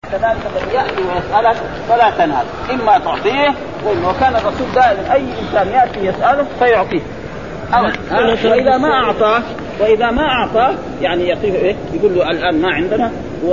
كذلك الذي يأتي ويسألك فلا تنهر، إما تعطيه، وكان الرسول دائما أي إنسان يأتي يسأله فيعطيه. وإذا ما أعطاه يعني يعطيه يقول له الآن ما عندنا،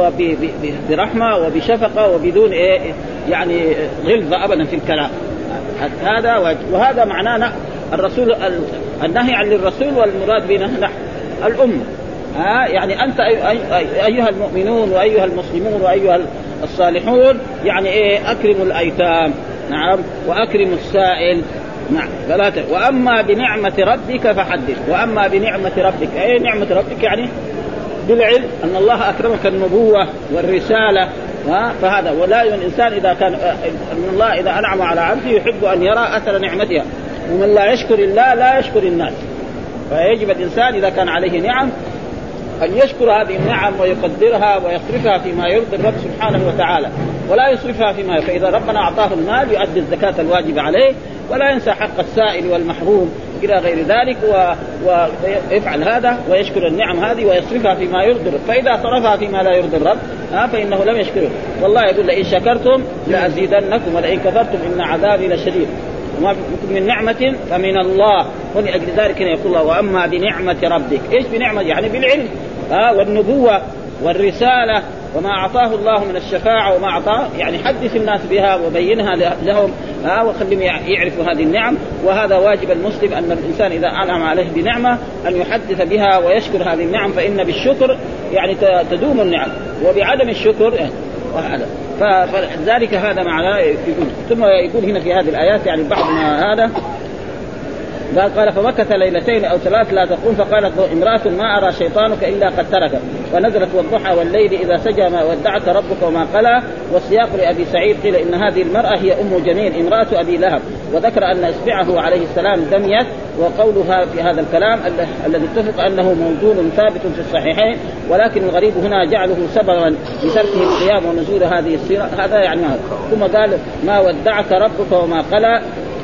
وبرحمة وبشفقة وبدون يعني غلظة أبدا في الكلام. هذا وهذا معناه الرسول النهي عن الرسول، والمراد بنا نحن الأمة. يعني أنت أيها المؤمنون وأيها المسلمون وأيها الصالحون يعني أكرموا الأيتام، نعم، وأكرموا السائل، نعم، وأما بنعمة ربك فحدث. وأما بنعمة ربك نعمة ربك يعني بالعلم أن الله أكرمك النبوة والرسالة، فهذا. ولا الإنسان إذا كان أن الله إذا أنعم على عبده يحب أن يرى أثر نعمتها، ومن لا يشكر الله لا يشكر الناس. فيجب الإنسان إذا كان عليه نعم أن يشكر هذه النعم ويقدرها ويصرفها فيما يرضي الرب سبحانه وتعالى، ولا يصرفها فيما فإذا ربنا أعطاه المال يؤدي الزكاة الواجبة عليه، ولا ينسى حق السائل والمحروم إلى غير ذلك، ويفعل هذا ويشكر النعم هذه ويصرفها فيما يرضي الرب. فإذا صرفها فيما لا يرضي الرب فإنه لم يشكره. والله يقول لئن شكرتم لأزيدنكم ولئن كفرتم إن عذابي لشديد. وما بكم من نعمة فمن الله، ولأجل ذلك يقول الله وأما بنعمة ربك. إيش بنعمة؟ يعني بالعلم والنبوة والرسالة وما أعطاه الله من الشفاعة وما أعطاه، يعني حدث الناس بها وبينها لهم وخلهم يعرفوا هذه النعم. وهذا واجب المسلم أن الإنسان إذا أنعم عليه بنعمة أن يحدث بها ويشكر هذه النعم، فإن بالشكر يعني تدوم النعم، وبعدم الشكر وهذا. فذلك هذا معناه يقول. ثم يقول هنا في هذه الآيات يعني بعض ما هذا قال فمكث ليلتين أو ثلاث لا تقوم، فقالت امرأة ما أرى شيطانك إلا قد ترك. فنزلت والضحى والليل إذا سجى ما ودعك ربك وما قلى. والسياق لأبي سعيد قيل إن هذه المرأة هي أم جميل امرأة أبي لهب، وذكر أن إصبعه عليه السلام دميت. وقولها في هذا الكلام الذي اتفق أنه موجود ثابت في الصحيحين، ولكن الغريب هنا جعله سببا لتركه القيام ونزول هذه السيرة. هذا يعني ثم قال ما ودعك ربك وما قلى.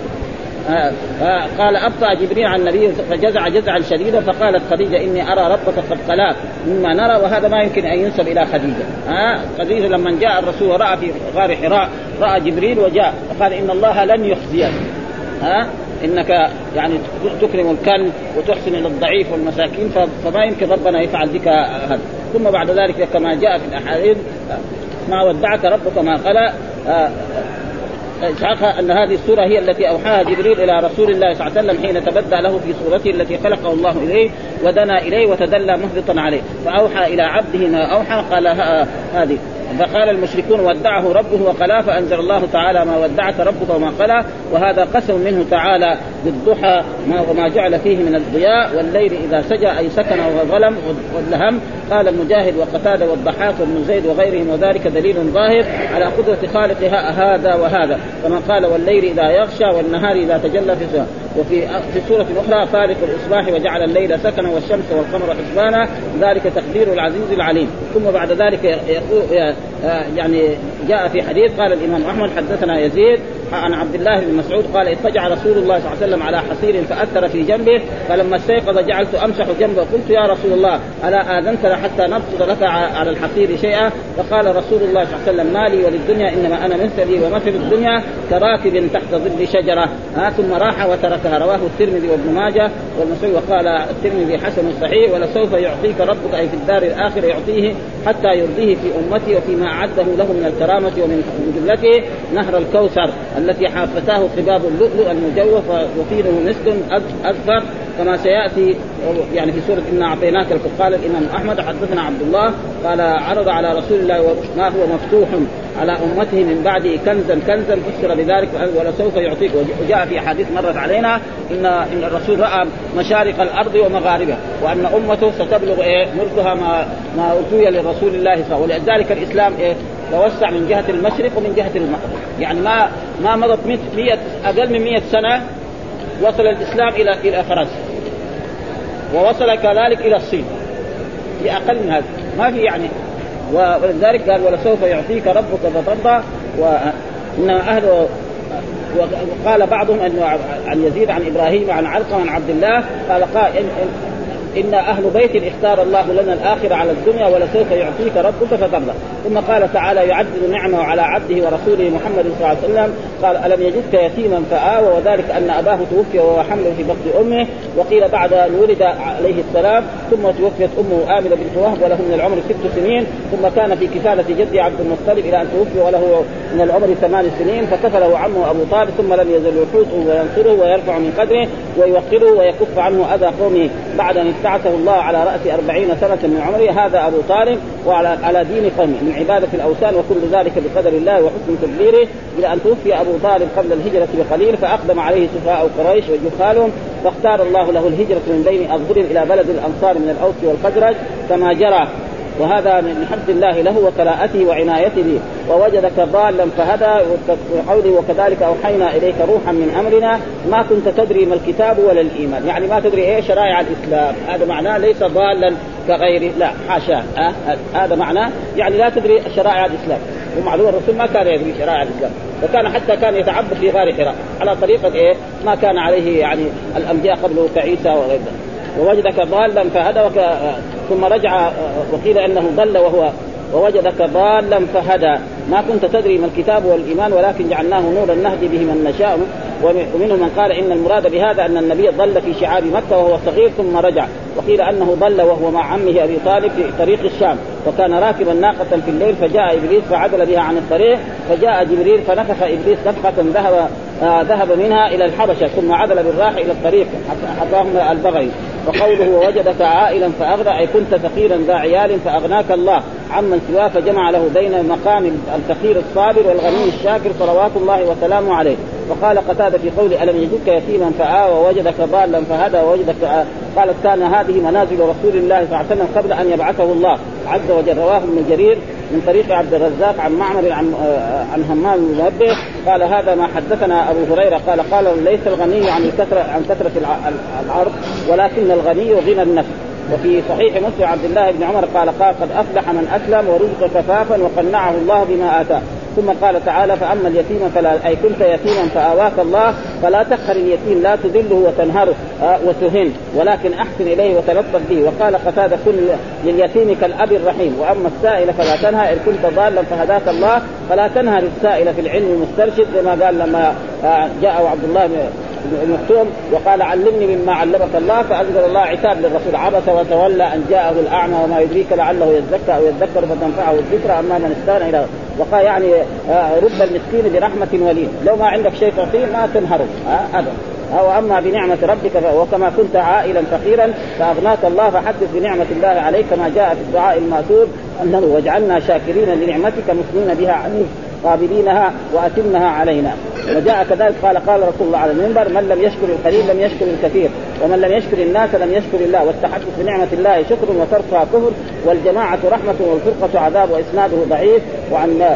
قال أبطأ جبريل عن النبي فجزع جزعا شديدا، فقالت خديجة إني أرى ربك قد قلاك مما نرى. وهذا ما يمكن أن ينسب إلى خديجة. خديجة لما جاء الرسول ورأى في غار حراء رأى جبريل وجاء فقال إن الله لن يخزيك، إنك يعني تكرم الكل وتحسن إلى الضعيف والمساكين، فما يمكن ربنا يفعل بك هذا. ثم بعد ذلك كما جاء في الأحاديث ما ودعك ربك ما قلى. أن هذه السورة هي التي أوحاها جبريل إلى رسول الله صلى الله عليه وسلم حين تبدى له في صورته التي خلقه الله إليه ودنا إليه وتدلى مهبطا عليه، فأوحى إلى عبده ما أوحى. قال هذه. فقال المشركون ودعه ربه وقلى، فأنزل الله تعالى ما ودعك ربك وما قلى. وهذا قسم منه تعالى بالضحى وما جعل فيه من الضياء، والليل إذا سجى أي سكن وظلم واللهم. قال المجاهد وقتادة والضحاك وابن زيد وغيرهم، وذلك دليل ظاهر على قدرة خالق هذا وهذا، كما قال والليل إذا يغشى والنهار إذا تجلى في سنة. وفي سورة أخرى فالق الإصباح وجعل الليل سكنا والشمس والقمر حسبانا ذلك تقدير العزيز العليم. ثم بعد ذلك يقول يعني جاء في حديث قال الإمام أحمد حدثنا يزيد عن عبد الله بن مسعود قال اضطجع رسول الله صلى الله عليه وسلم على حصير فأثر في جنبه، فلما استيقظ جعلت أمسح جنبه، قلت يا رسول الله ألا آذنتنا حتى نبسط لك على الحصير شيئا؟ فقال رسول الله صلى الله عليه وسلم مالي وللدنيا إنما أنا مثلي ومثل الدنيا كراكب تحت ظل شجرة. ثم راح وتركها. رواه الترمذي وابن ماجه والنسائي. وقال الترمذي حسن صحيح. ولسوف يعطيك ربك أي في الدار الآخرة يعطيه حتى يرضيه في أمته وفيما أعده له من الكرامة ومن جملته نهر الكوثر التي حافتاه قباب اللؤلؤ المجوف وفينه مسك أذفر، كما سيأتي يعني في سورة إنا أعطيناك. قال الإمام أحمد حدثنا عبد الله قال عرض على رسول الله ما هو مفتوح على أمته من بعده كنزا فسر بذلك ولسوف يعطيك. وجاء في حديث مرت علينا إن الرسول رأى مشارق الأرض ومغاربها، وأن أمته ستبلغ ملكها ما أوتي لرسول الله صلى الله عليه وسلم. ولذلك الإسلام توسع من جهة المشرق ومن جهة المغرب، يعني ما مضت أقل من 100 سنة وصل الإسلام إلى فرنسا، ووصل كذلك إلى الصين في أقل من هذا، ما في يعني. ولذلك قال ولسوف يعطيك ربك فترضى. وإن أهله وقال بعضهم أنه عن يزيد عن إبراهيم عن علقمة عن عبد الله قال إن أهل بيت اختار الله لنا الآخرة على الدنيا ولسوف يعطيك ربك فترضى. ثم قال تعالى يعدد نعمه على عبده ورسوله محمد صلى الله عليه وسلم قال ألم يجدك يتيما فآوى وذلك أن أباه توفي وهو حمل في بطن أمه. وقيل بعد أن ولد عليه السلام ثم توفيت أمه آمنة بنت وهب وله من العمر 6 سنين، ثم كان في كفالة جدي عبد المطلب إلى أن توفي وله من العمر 8 سنين، فكفله عمه أبو طالب ثم لم يزل يحوطه وينصره ويرفع من قدره ويوقره ويكف عنه أذى قومه بعد أن ابتعثه الله على رأس 40 سنة من عمره. هذا أبو طالب وعلى دين قومه من عبادة الأوثان، وكل ذلك بقدر الله وحكم تدبيره، إلى أن توفي أبو طالب قبل الهجرة بقليل، فأقدم عليه سفهاء قريش وجهالهم، فاختار الله له الهجرة من بين أظهرهم إلى بلد الأنصار من الأوس والخزرج كما جرى، وهذا من حفظ الله له وكلاءته وعنايته به. ووجدك ضالا فهدى، وقوله وكذلك أوحينا إليك روحا من أمرنا ما كنت تدري ما الكتاب ولا الإيمان، يعني ما تدري إيه شرائع الإسلام، هذا معناه ليس ضالا كغيره، لا حاشا، هذا معناه يعني لا تدري شرائع الإسلام. ومعلوم الرسول ما كان يدري شرائع الإسلام، وكان حتى كان يتعبد في غار حراء على طريقة إيه ما كان عليه يعني الأنبياء قبله كعيسى وغيره. ووجدك ضالا فهدى ثم رجع وقيل أنه ضل ووجدك ضالا فهدى ما كنت تدري ما الكتاب والإيمان ولكن جعلناه نورا نهدي به من نشاء. ومنهم من قال إن المراد بهذا أن النبي ضل في شعاب مكة وهو صغير ثم رجع، وقيل أنه ضل وهو مع عمه أبي طالب في طريق الشام، وكان راكبا ناقة في الليل فجاء إبليس فعدل بها عن الطريق، فجاء جبريل فنفخ إبليس نفخة ذهب منها إلى الحبشة ثم عدل بالراحة إلى الطريق حتاهم البغي. وقوله ووجدك عائلا فأغنى أي كنت فقيرا ذا عيال فأغناك الله عمن سواه، فجمع له بين مقام الفقير الصابر والغني الشاكر صلوات الله وسلامه عليه. وقال قتادة في قول ألم يجدك يتيما فآوى ووجدك ضالا فهدى ووجدك قالت كان هذه منازل رسول الله صلى الله عليه وسلم قبل أن يبعثه الله عز وجل. رواه ابن جرير من طريق عبد الرزاق عن معمر عن همام بن منبه قال هذا ما حدثنا أبو هريرة قال ليس الغني عن كثرة العرض ولكن الغني غنى النفس. وفي صحيح مسلم عبد الله بن عمر قال قد أفلح من أسلم ورزق كفافا وقنعه الله بما آتاه. ثم قال تعالى فأما اليتيم فلا أي كنت يتيما فآواك الله فلا تقهر اليتيم لا تذله وتنهره وتهن ولكن أحسن إليه وتلطف به. وقال قتادة كن لليتيم كالأب الرحيم. وأما السائل فلا تنهى إن كنت ضالا فهداك الله فلا تنهر السائل في العلم المسترشد كما قال لما جاء عبد الله بن مكتوم وقال علمني مما علمك الله فأنزل الله عتاب للرسول عبس وتولى أن جاءه الأعمى وما يدريك لعله يزكى أو يذكر فتنفعه الذكرى أما من استغنى إلى. وقال يعني رب المسكين برحمة ولين لو ما عندك شيء تعطيه ما تنهره أبدا. أو أما بنعمة ربك وكما كنت عائلا فقيرا فأغناك الله فحدث بنعمة الله عليك كما جاء في الدعاء المأثور أنه واجعلنا شاكرين لنعمتك مثنين بها عنه قابلينها وأتمها علينا. وجاء كذلك قال رسول الله عليه المنبر من لم يشكر القليل لم يشكر الكثير ومن لم يشكر الناس لم يشكر الله. والتحدث بنعمة الله شكر وتركها كفر والجماعة رحمة والفرقة عذاب وإسناده ضعيف. وعن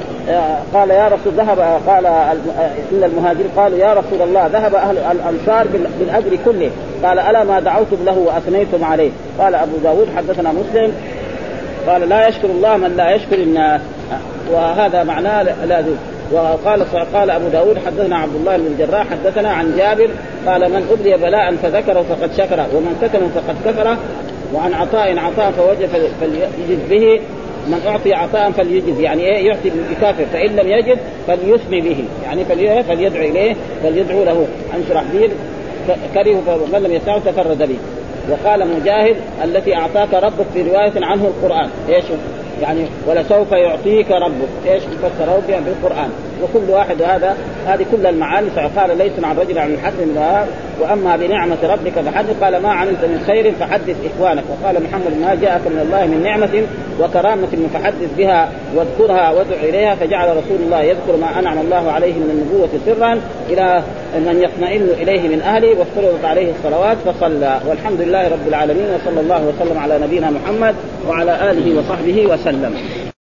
قال يا رسول ذهب قال إن المهاجرين قالوا يا رسول الله ذهب أهل الأنصار بالأجر كله قال ألا ما دعوتم له وأثنيتم عليه. قال أبو داود حدثنا مسلم قال لا يشكر الله من لا يشكر الناس وهذا معناه لازم. وقال أبو داود حدثنا عبد الله بن الجراح حدثنا عن جابر قال من أبلي بلاء فذكره فقد شكره ومن كتمه فقد كفره. وعن عطاء فوجد فليجد به من أعطي عطاء فليجد يعني إيه يعطي بالكافر فإن لم يجد فليسمي به يعني فليدعو إليه فليدعو له عن شرحبيل كره فمن لم يسعه تفرد به. وقال مجاهد التي أعطاك ربك في رواية عنه القرآن إيش يعني ولسوف يعطيك ربك ايش فسره بها بالقرآن. وكل واحد هذه كل المعاني قال ليس عن رجل عن الحسن من واما بنعمة ربك فحدث قال ما عملت من خير فحدث اخوانك. وقال محمد ما جاءك من الله من نعمة وكرامة فحدث بها واذكرها وادع اليها. فجعل رسول الله يذكر ما انعم الله عليه من النبوة سرا الى من يطمئن اليه من اهله وافترضت عليه الصلوات فصلى. والحمد لله رب العالمين وصلى الله وسلم على نبينا محمد وعلى آله وصحبه وسلم.